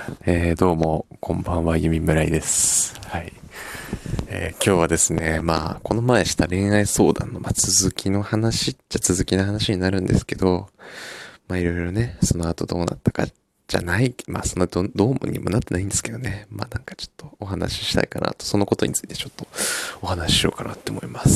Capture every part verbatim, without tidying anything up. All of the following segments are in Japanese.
えー、どうも、こんばんは、ゆみむらいです。はい。えー今日はですね、まあ、この前した恋愛相談の、まあ、続きの話っちゃ続きの話になるんですけど、まあ、いろいろね、その後どうなったかじゃない、まあ、そのど、どうもにもなってないんですけどね、まあ、なんかちょっとお話ししたいかなと、そのことについてちょっとお話ししようかなって思います。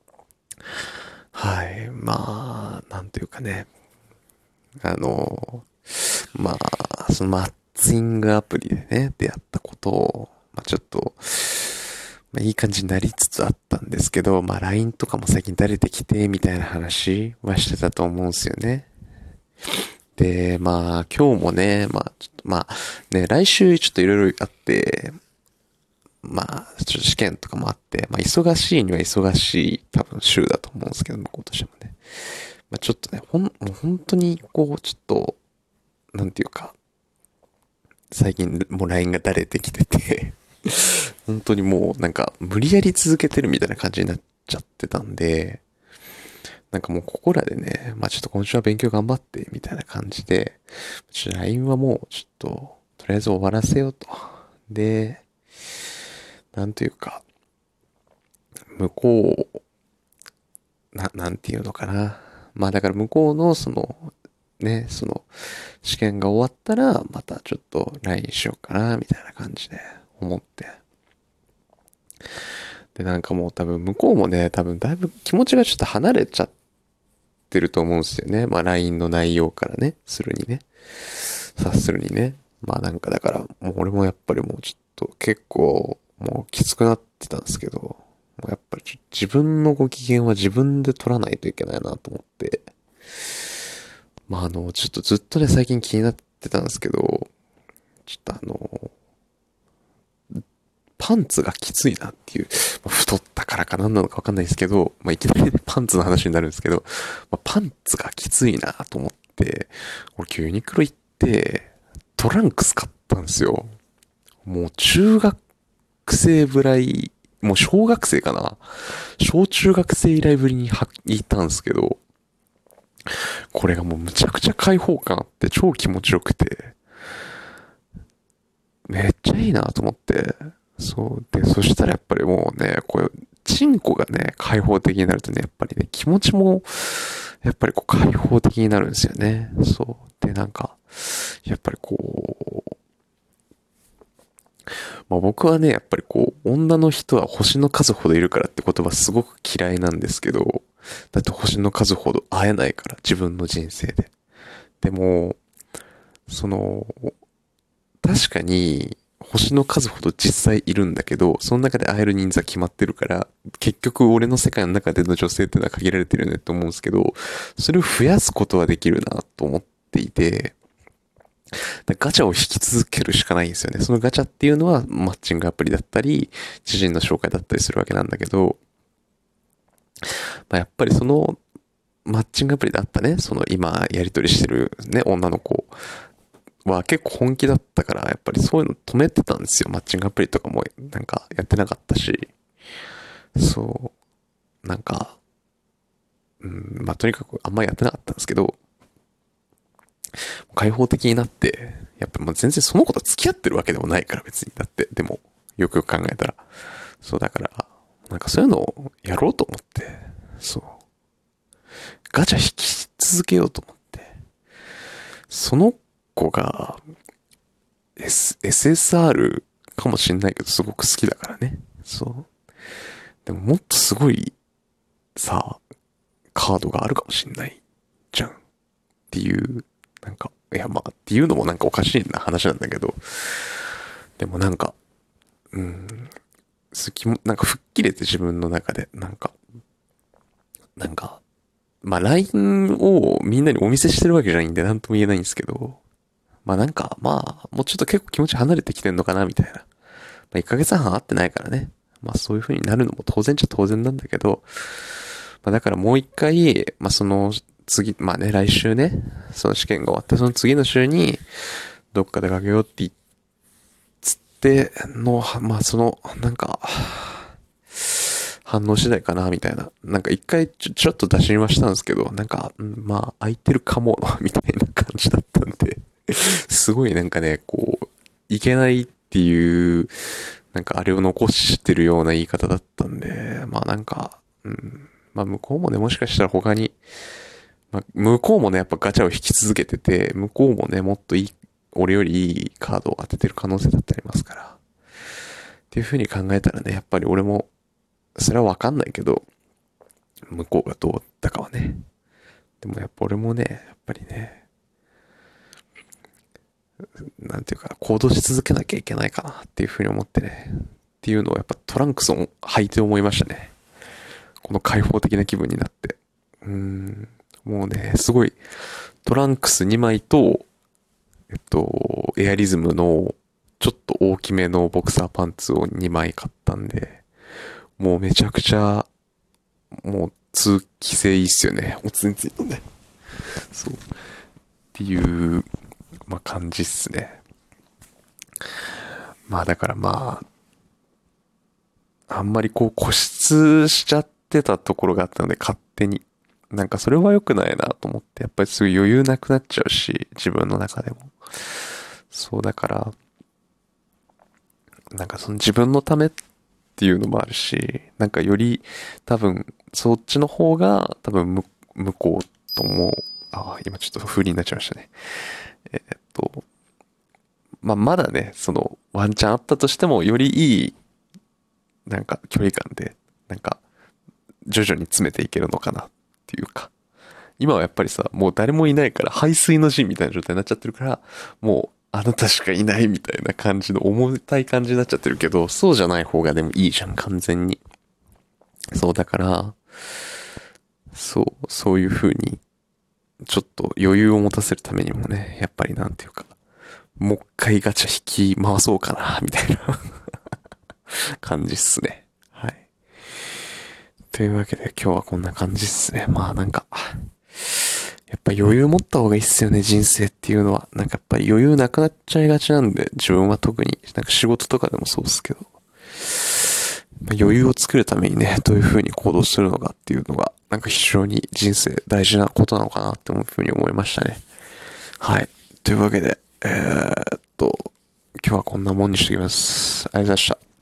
はい。まあ、なんというかね、あの、まあ、そのマッチングアプリでね、出会ったことを、まあちょっと、まあいい感じになりつつあったんですけど、まあ ライン とかも最近慣れてきて、みたいな話はしてたと思うんですよね。で、まあ今日もね、まあちょっと、まあね、来週ちょっといろいろあって、まあ、ちょっと試験とかもあって、まあ忙しいには忙しい多分週だと思うんですけど、向こうとしてもね。まあちょっとね、ほん、もう本当にこう、ちょっと、なんていうか、最近もう ライン がだれてきてて本当にもうなんか無理やり続けてるみたいな感じになっちゃってたんで、なんかもうここらでね、まあちょっと今週は勉強頑張ってみたいな感じで、ちょっと ライン はもうちょっと、とりあえず終わらせようと。で、なんというか、向こう、な、なんていうのかな。まあだから向こうのその、ね、その、試験が終わったら、またちょっと ライン しようかな、みたいな感じで思って。で、なんかもう多分向こうもね、多分だいぶ気持ちがちょっと離れちゃってると思うんですよね。まあ ライン の内容からね、するにね。察するにね。まあなんかだから、もう俺もやっぱりもうちょっと結構もうきつくなってたんですけど、もうやっぱりちょ自分のご機嫌は自分で取らないといけないなと思って、まああの、ちょっとずっとね最近気になってたんですけど、ちょっとあの、パンツがきついなっていう、まあ太ったからか何なのかわかんないですけど、まあ、いきなりねパンツの話になるんですけど、まあ、パンツがきついなと思って、俺今日ユニクロ行って、トランクス買ったんですよ。もう中学生ぐらい、もう小学生かな、小中学生以来ぶりには行ったんですけど、これがもうむちゃくちゃ開放感あって超気持ちよくて、めっちゃいいなと思って、そう。で、そしたらやっぱりもうね、こう、チンコがね、開放的になるとね、やっぱりね、気持ちも、やっぱりこう、開放的になるんですよね。そう。で、なんか、やっぱりこう、まあ僕はね、やっぱりこう、女の人は星の数ほどいるからって言葉すごく嫌いなんですけど、だって星の数ほど会えないから、自分の人生で。でも、その、確かに、星の数ほど実際いるんだけど、その中で会える人数は決まってるから、結局俺の世界の中での女性っていうのは限られてるよねって思うんですけど、それを増やすことはできるなと思っていて、ガチャを引き続けるしかないんですよね。そのガチャっていうのはマッチングアプリだったり、知人の紹介だったりするわけなんだけど、まあ、やっぱりそのマッチングアプリであったね、その今やりとりしてるね、女の子は結構本気だったから、やっぱりそういうの止めてたんですよ。マッチングアプリとかもなんかやってなかったし。そう、なんか、うん、まあとにかくあんまりやってなかったんですけど、開放的になって、やっぱもう全然その子と付き合ってるわけでもないから別に。だって、でも、よくよく考えたら。そうだから、なんかそういうのをやろうと思って、そう。ガチャ引き続けようと思って。その子が、S、エスエスアール かもしんないけど、すごく好きだからね。そう。でももっとすごい、さ、カードがあるかもしんないじゃんっていう、なんか、いやまあっていうのもなんかおかしいな話なんだけど、でもなんか、うん、好きも、なんか吹っ切れて自分の中で、なんか、なんか、まあ ライン をみんなにお見せしてるわけじゃないんでなんとも言えないんですけど、まあなんか、まあ、もうちょっと結構気持ち離れてきてんのかなみたいな。まあいっかげつはん会ってないからね。まあそういう風になるのも当然っちゃ当然なんだけど、まあだからもう一回、まあその次、まあね、来週ね、その試験が終わって、その次の週に、どっか出かけようって言っての、まあその、なんか、反応次第かな、みたいな。なんか一回ちょ、ちょっと出しはしたんですけど、なんか、まあ、空いてるかも、みたいな感じだったんで、すごいなんかね、こう、 いけないっていう、なんかあれを残してるような言い方だったんで、まあなんか、うん、まあ向こうもね、もしかしたら他に、まあ向こうもね、やっぱガチャを引き続けてて、向こうもね、もっといい、俺よりいいカードを当ててる可能性だってありますから。っていう風に考えたらね、やっぱり俺も、それはわかんないけど、向こうがどうだったかはね。でもやっぱ俺もね、やっぱりね、なんていうか、行動し続けなきゃいけないかなっていう風に思ってね。っていうのをやっぱトランクスを履いて思いましたね。この開放的な気分になって。うーん、もうね、すごい、トランクスにまいと、えっと、エアリズムのちょっと大きめのボクサーパンツをにまい買ったんで、もうめちゃくちゃ、もう通気性いいっすよね。おつについとね。そう。っていう、まあ感じっすね。まあだからまあ、あんまりこう固執しちゃってたところがあったので勝手に。なんかそれは良くないなと思って、やっぱりすぐ余裕なくなっちゃうし、自分の中でも。そうだから、なんかその自分のためっていうのもあるし、なんかより多分そっちの方が多分向向こうとも、ああ、今ちょっと不利になっちゃいましたね。えーっと、まあ、まだね、そのワンチャンあったとしてもよりいいなんか距離感で、なんか徐々に詰めていけるのかなっていうか、今はやっぱりさ、もう誰もいないから排水の陣みたいな状態になっちゃってるから、もうあなたしかいないみたいな感じの重たい感じになっちゃってるけど、そうじゃない方がでもいいじゃん、完全に。そうだから、そう、そういう風に、ちょっと余裕を持たせるためにもね、やっぱりなんていうか、もう一回ガチャ引き回そうかな、みたいな感じっすね。はい。というわけで今日はこんな感じっすね。まあなんか、やっぱ余裕持った方がいいっすよね、人生っていうのは。なんかやっぱり余裕なくなっちゃいがちなんで、自分は特に、なんか仕事とかでもそうですけど、余裕を作るためにね、どういう風に行動するのかっていうのが、なんか非常に人生大事なことなのかなっていう風に思いましたね。はい。というわけで、えー、っと、今日はこんなもんにしておきます。ありがとうございました。